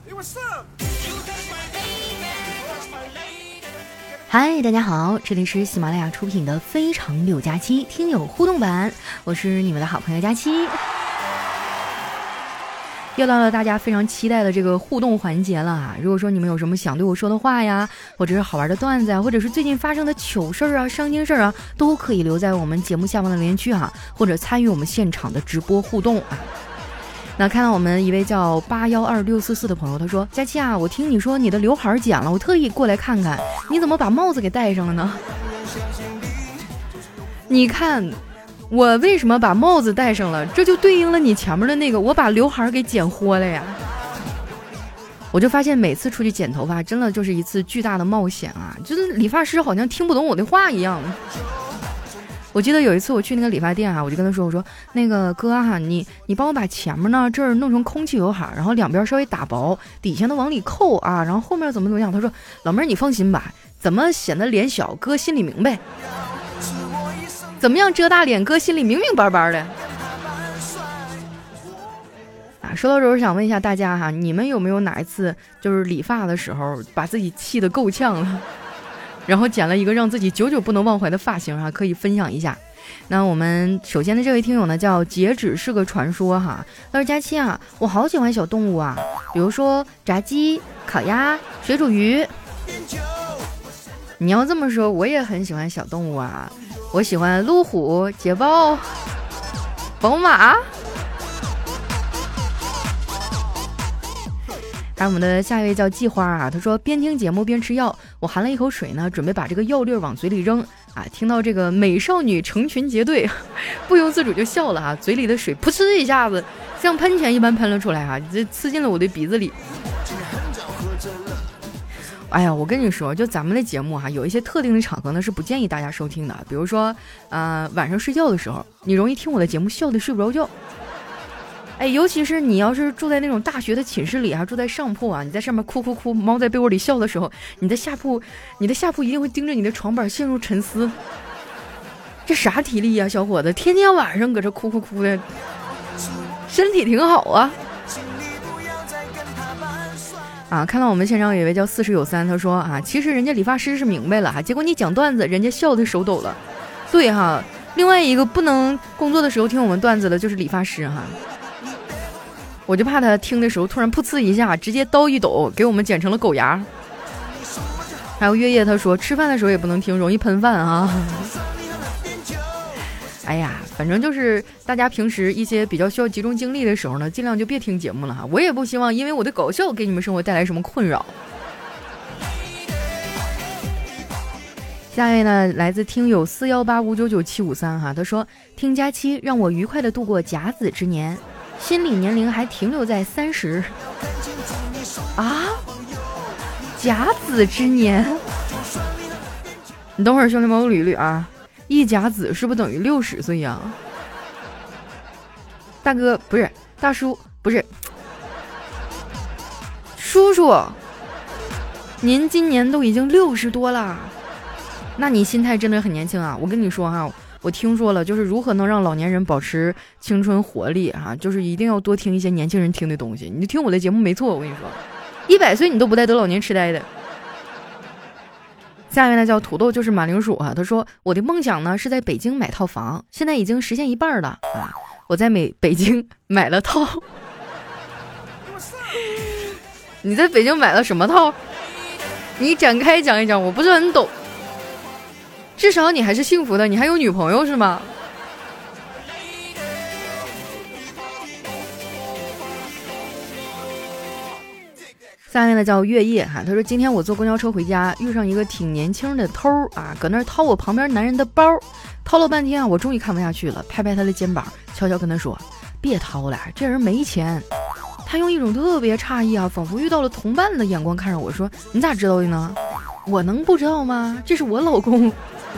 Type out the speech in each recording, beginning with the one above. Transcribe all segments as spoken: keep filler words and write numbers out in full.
嗨，大家好，这里是喜马拉雅出品的非常六加七听友互动版，我是你们的好朋友佳期。又到了大家非常期待的这个互动环节了啊！如果说你们有什么想对我说的话呀，或者是好玩的段子啊，或者是最近发生的糗事儿啊、伤心事儿啊，都可以留在我们节目下方的留言区啊，或者参与我们现场的直播互动啊。那看到我们一位叫八幺二六四四的朋友，他说：佳期啊，我听你说你的刘海剪了，我特意过来看看，你怎么把帽子给戴上了呢？你看我为什么把帽子戴上了，这就对应了你前面的那个我把刘海给剪豁了呀。我就发现每次出去剪头发真的就是一次巨大的冒险啊，就是理发师好像听不懂我的话一样。我记得有一次我去那个理发店啊，我就跟他说，我说那个哥哈、啊，你你帮我把前面呢这儿弄成空气刘海，然后两边稍微打薄，底下呢往里扣啊，然后后面怎么怎么样。他说老妹儿你放心吧，怎么显得脸小哥心里明白，怎么样遮大脸哥心里明明白白的啊。说到这我想问一下大家哈，你们有没有哪一次就是理发的时候把自己气得够呛了，然后剪了一个让自己久久不能忘怀的发型啊，可以分享一下。那我们首先的这位听友呢叫截止是个传说哈，他说佳期啊，我好喜欢小动物啊，比如说炸鸡、烤鸭、水煮鱼。你要这么说我也很喜欢小动物啊，我喜欢路虎、捷豹、宝马。还有我们的下一位叫季花啊，他说边听节目边吃药，我含了一口水呢，准备把这个药粒往嘴里扔啊，听到这个美少女成群结队，不由自主就笑了啊，嘴里的水噗嗤一下子像喷泉一般喷了出来啊，这刺进了我的鼻子里。哎呀，我跟你说，就咱们的节目哈、啊，有一些特定的场合呢是不建议大家收听的，比如说呃晚上睡觉的时候，你容易听我的节目笑得睡不着觉。哎，尤其是你要是住在那种大学的寝室里啊，住在上铺啊，你在上面哭哭哭，猫在被窝里笑的时候，你的下铺，你的下铺一定会盯着你的床板陷入沉思。这啥体力呀、啊，小伙子，天天晚上搁这哭哭哭的，身体挺好啊。啊，看到我们现场有一位叫四十有三，他说啊，其实人家理发师是明白了哈，结果你讲段子，人家笑的手抖了。对哈，另外一个不能工作的时候听我们段子的就是理发师哈。我就怕他听的时候突然噗呲一下，直接刀一抖给我们剪成了狗牙。还有月夜他说吃饭的时候也不能听，容易喷饭啊。哎呀，反正就是大家平时一些比较需要集中精力的时候呢，尽量就别听节目了哈。我也不希望因为我的搞笑给你们生活带来什么困扰。下一位呢来自听友四幺八五九九七五三哈，他说听佳期让我愉快的度过甲子之年，心理年龄还停留在三十啊，甲子之年。你等会儿兄弟们我捋捋啊，一甲子是不是等于六十岁呀？大哥不是，大叔不是，叔叔，您今年都已经六十多了，那你心态真的很年轻啊！我跟你说哈，我听说了，就是如何能让老年人保持青春活力啊，就是一定要多听一些年轻人听的东西。你听我的节目没错，我跟你说，一百岁你都不带得老年痴呆的。下面呢叫土豆就是马铃薯啊，他说我的梦想呢是在北京买套房，现在已经实现一半了啊！我在美北京买了套。你在北京买了什么套？你展开讲一讲，我不是很懂。至少你还是幸福的，你还有女朋友是吗？下面呢叫月夜哈，他说今天我坐公交车回家，遇上一个挺年轻的偷啊，搁那儿掏我旁边男人的包，掏了半天啊，我终于看不下去了，拍拍他的肩膀，悄悄跟他说别掏了，这人没钱。他用一种特别诧异啊，仿佛遇到了同伴的眼光看着我说你咋知道的呢？我能不知道吗？这是我老公。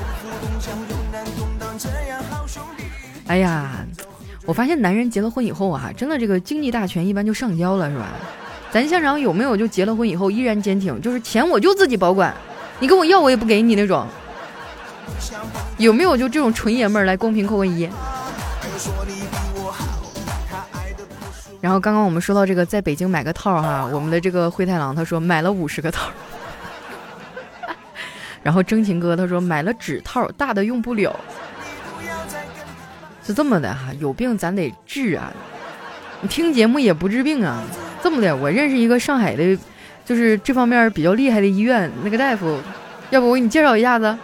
哎呀，我发现男人结了婚以后啊，真的这个经济大权一般就上交了，是吧？咱现场有没有就结了婚以后依然坚挺，就是钱我就自己保管，你跟我要我也不给你那种？有没有就这种纯爷们儿来公屏扣个一？ 然后刚刚我们说到这个在北京买个套哈，我们的这个灰太狼他说买了五十个套。然后真情哥他说买了纸套，大的用不了。是这么的哈，有病咱得治啊，你听节目也不治病啊。这么的，我认识一个上海的就是这方面比较厉害的医院，那个大夫，要不我给你介绍一下子。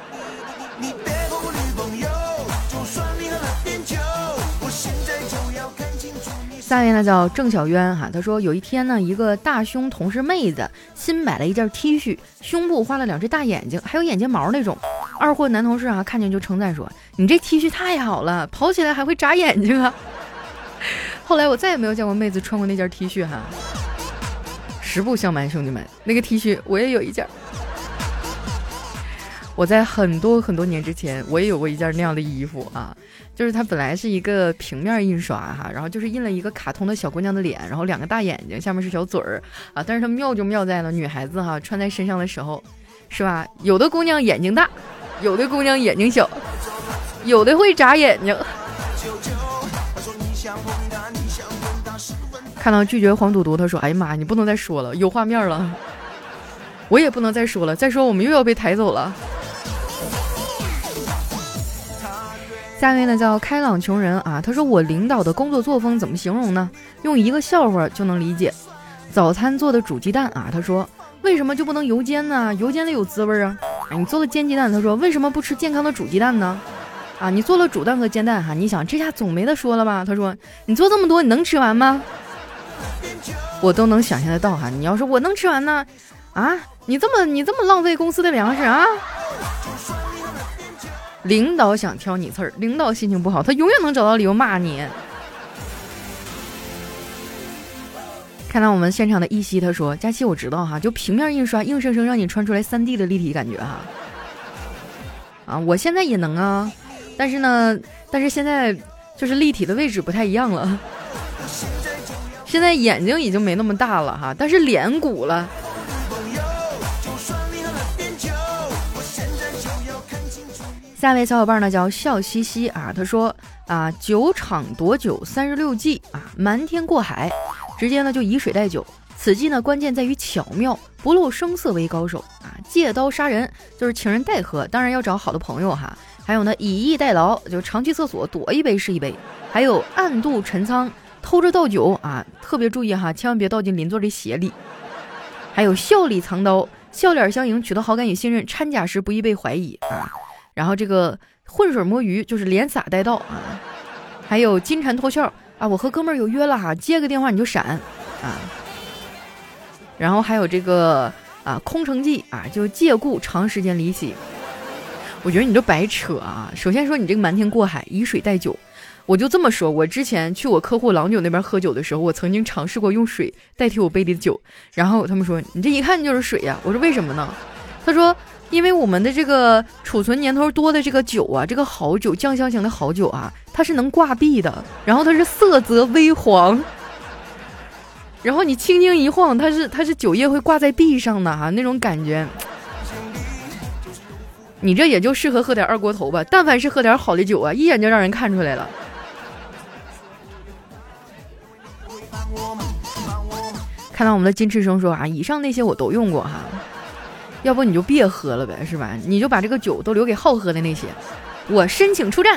下面呢叫郑小渊哈，他说有一天呢，一个大胸同事妹子新买了一件 T 恤，胸部画了两只大眼睛，还有眼睫毛那种。二货男同事啊看见就称赞说：“你这 T 恤太好了，跑起来还会眨眼睛啊！”后来我再也没有见过妹子穿过那件 T 恤哈。实不相瞒，兄弟们，那个 T 恤我也有一件。我在很多很多年之前，我也有过一件那样的衣服啊。就是它本来是一个平面印刷哈，然后就是印了一个卡通的小姑娘的脸，然后两个大眼睛，下面是小嘴儿啊。但是它妙就妙在了，女孩子哈穿在身上的时候，是吧？有的姑娘眼睛大，有的姑娘眼睛小，有的会眨眼睛。看到拒绝黄赌毒，他说：“哎呀妈，你不能再说了，有画面了。”我也不能再说了，再说我们又要被抬走了。下面呢叫开朗穷人啊，他说我领导的工作作风怎么形容呢？用一个笑话就能理解。早餐做的煮鸡蛋啊，他说为什么就不能油煎呢？油煎的有滋味啊。哎，你做了煎鸡蛋，他说为什么不吃健康的煮鸡蛋呢？啊，你做了煮蛋和煎蛋哈，你想这下总没得说了吧？他说你做这么多，你能吃完吗？我都能想象得到哈，你要是我能吃完呢？啊，你这么你这么浪费公司的粮食啊？领导想挑你刺儿，领导心情不好，他永远能找到理由骂你。看到我们现场的依稀，他说：“佳期，我知道哈，就平面印刷硬生生让你穿出来 三 D 的立体感觉哈。啊，我现在也能啊，但是呢，但是现在就是立体的位置不太一样了。现在眼睛已经没那么大了哈，但是脸鼓了。”下位小伙伴呢叫笑嘻嘻啊，他说啊，酒厂夺酒三十六计啊，瞒天过海，直接呢就以水代酒。此计呢关键在于巧妙，不露声色为高手啊。借刀杀人就是情人代喝，当然要找好的朋友哈。还有呢以逸待劳，就常去厕所躲一杯是一杯。还有暗度陈仓，偷着倒酒啊，特别注意哈，千万别倒进邻座的鞋里。还有笑里藏刀，笑脸相迎，取得好感与信任，掺假时不易被怀疑啊。然后这个浑水摸鱼就是连撒带盗啊，还有金蝉脱壳啊，我和哥们儿有约了哈，接个电话你就闪啊。然后还有这个啊空城计啊，就借故长时间离席。我觉得你这白扯啊！首先说你这个瞒天过海，以水代酒，我就这么说，我之前去我客户郎酒那边喝酒的时候，我曾经尝试过用水代替我杯里的酒，然后他们说你这一看就是水呀、啊，我说为什么呢？他说因为我们的这个储存年头多的这个酒啊，这个好酒酱香型的好酒啊，它是能挂壁的，然后它是色泽微黄，然后你轻轻一晃，它是它是酒液会挂在壁上的哈、啊，那种感觉。你这也就适合喝点二锅头吧，但凡是喝点好的酒啊，一眼就让人看出来了。看到我们的金翅生说啊，以上那些我都用过哈。要不你就别喝了呗，是吧？你就把这个酒都留给好喝的那些。我申请出战。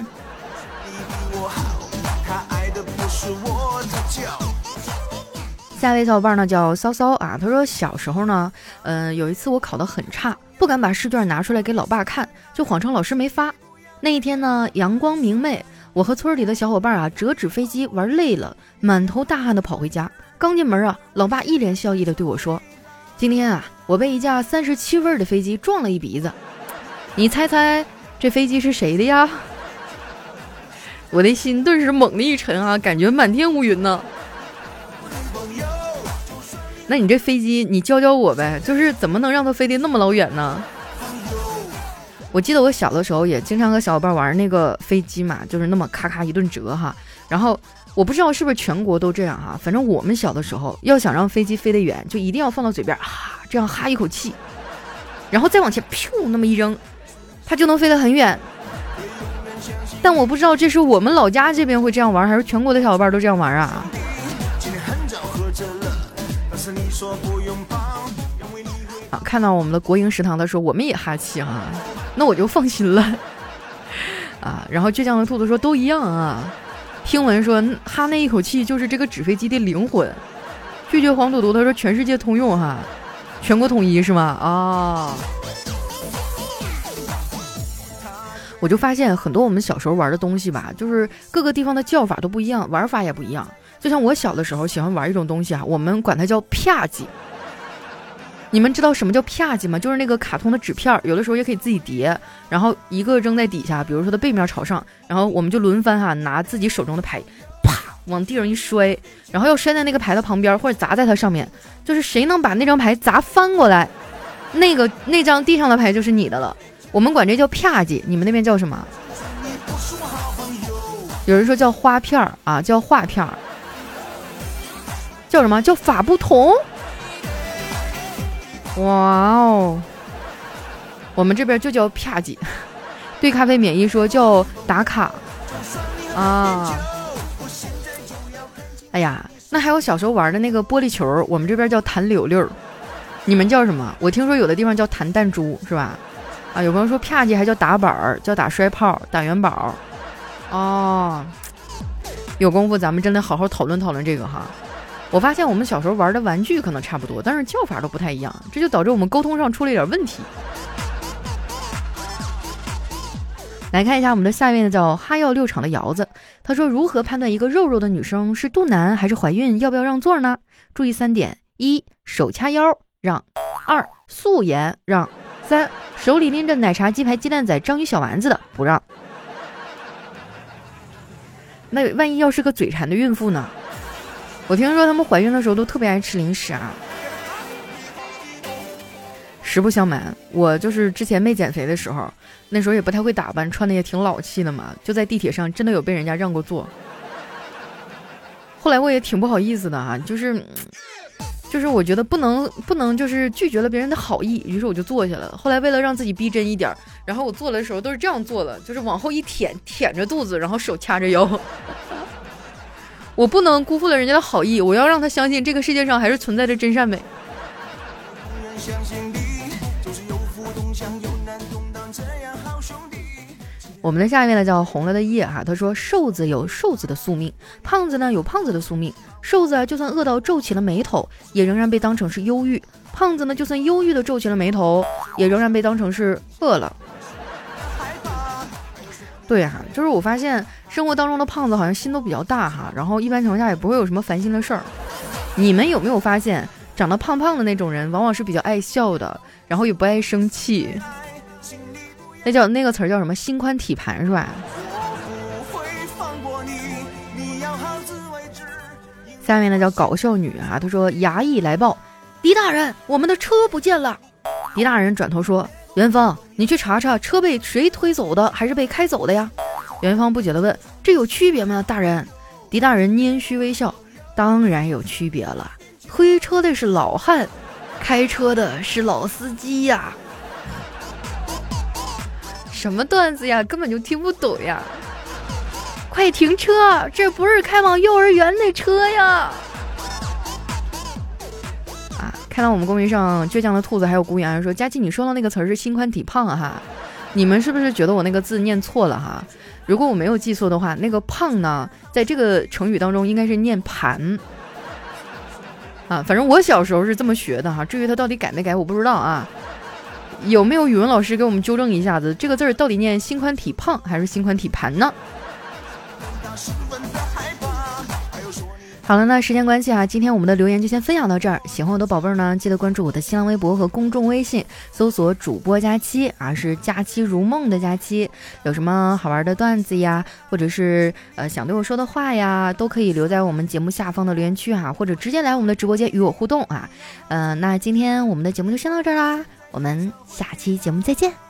下位小伙伴呢叫骚骚啊，他说小时候呢，嗯、呃，有一次我考得很差，不敢把试卷拿出来给老爸看，就谎称老师没发。那一天呢，阳光明媚，我和村里的小伙伴啊折纸飞机玩累了，满头大汗的跑回家。刚进门啊，老爸一脸笑意的对我说：“今天啊，我被一架三十七味的飞机撞了一鼻子，你猜猜这飞机是谁的呀？”我的心顿时猛地一沉啊，感觉满天乌云呢。那你这飞机你教教我呗，就是怎么能让它飞得那么老远呢？我记得我小的时候也经常和小伙伴玩那个飞机嘛，就是那么咔咔一顿折哈。然后我不知道是不是全国都这样哈，反正我们小的时候要想让飞机飞得远，就一定要放到嘴边哈，这样哈一口气，然后再往前噗那么一扔，它就能飞得很远。但我不知道这是我们老家这边会这样玩，还是全国的小伙伴都这样玩啊？ 啊，看到我们的国营食堂的时候，我们也哈气哈、啊，那我就放心了啊。然后倔强的兔子说都一样啊。听闻说哈那一口气就是这个纸飞机的灵魂。拒绝黄赌毒他说全世界通用哈，全国统一是吗？啊、哦。我就发现很多我们小时候玩的东西吧，就是各个地方的叫法都不一样，玩法也不一样。就像我小的时候喜欢玩一种东西啊，我们管它叫啪叽。你们知道什么叫啪叽吗？就是那个卡通的纸片，有的时候也可以自己叠，然后一个扔在底下，比如说它背面朝上，然后我们就轮番哈拿自己手中的牌，啪往地上一摔，然后要摔在那个牌的旁边或者砸在它上面，就是谁能把那张牌砸翻过来，那个那张地上的牌就是你的了。我们管这叫啪叽，你们那边叫什么？有人说叫花片啊，叫画片，叫什么？叫法不同。哇哦，我们这边就叫啪叽。对咖啡免疫说叫打卡啊。哎呀，那还有小时候玩的那个玻璃球，我们这边叫弹溜溜，你们叫什么？我听说有的地方叫弹弹珠是吧？啊，有朋友说啪叽还叫打板儿，叫打摔炮、打元宝。哦，有功夫咱们真的好好讨论讨论这个哈。我发现我们小时候玩的玩具可能差不多，但是叫法都不太一样，这就导致我们沟通上出了一点问题。来看一下我们的下一位呢，叫哈药六厂的瑶子，他说如何判断一个肉肉的女生是肚腩还是怀孕，要不要让座呢？注意三点：一、手掐腰让；二、素颜让；三、手里拎着奶茶、鸡排、鸡蛋仔、章鱼小丸子的不让。那万一要是个嘴馋的孕妇呢？我听说他们怀孕的时候都特别爱吃零食啊。实不相瞒，我就是之前没减肥的时候，那时候也不太会打扮，穿的也挺老气的嘛，就在地铁上真的有被人家让过座。后来我也挺不好意思的啊，就是就是我觉得不能不能就是拒绝了别人的好意，于是我就坐下了。后来为了让自己逼真一点，然后我坐的时候都是这样坐的，就是往后一舔，舔着肚子，然后手掐着腰。我不能辜负了人家的好意，我要让他相信这个世界上还是存在着真善美。我们的下一位呢叫红了的夜哈，他说瘦子有瘦子的宿命，胖子呢有胖子的宿命。瘦子啊就算饿到皱起了眉头，也仍然被当成是忧郁；胖子呢就算忧郁的皱起了眉头，也仍然被当成是饿了。对啊，就是我发现生活当中的胖子好像心都比较大哈，然后一般情况下也不会有什么烦心的事儿。你们有没有发现长得胖胖的那种人往往是比较爱笑的，然后也不爱生气，那叫那个词儿叫什么心宽体盘是吧？下面呢叫搞笑女啊，她说衙役来报，狄大人我们的车不见了。狄大人转头说，元芳你去查查车被谁推走的还是被开走的呀？元芳不解地问，这有区别吗大人？狄大人拈须微笑，当然有区别了，推车的是老汉，开车的是老司机呀。什么段子呀，根本就听不懂呀。快停车，这不是开往幼儿园的车呀。啊，看到我们公屏上倔强的兔子还有孤羊说，佳琪你说的那个词儿是心宽体胖啊哈，你们是不是觉得我那个字念错了哈？如果我没有记错的话，那个胖呢在这个成语当中应该是念盘啊，反正我小时候是这么学的哈，至于他到底改没改我不知道啊。有没有语文老师给我们纠正一下子，这个字儿到底念心宽体胖还是心宽体盘呢？好了，那时间关系啊，今天我们的留言就先分享到这儿。喜欢我的宝贝儿呢，记得关注我的新浪微博和公众微信，搜索主播佳期啊，是佳期如梦的佳期。有什么好玩的段子呀，或者是呃想对我说的话呀，都可以留在我们节目下方的留言区哈、啊，或者直接来我们的直播间与我互动啊。呃，那今天我们的节目就先到这儿啦，我们下期节目再见。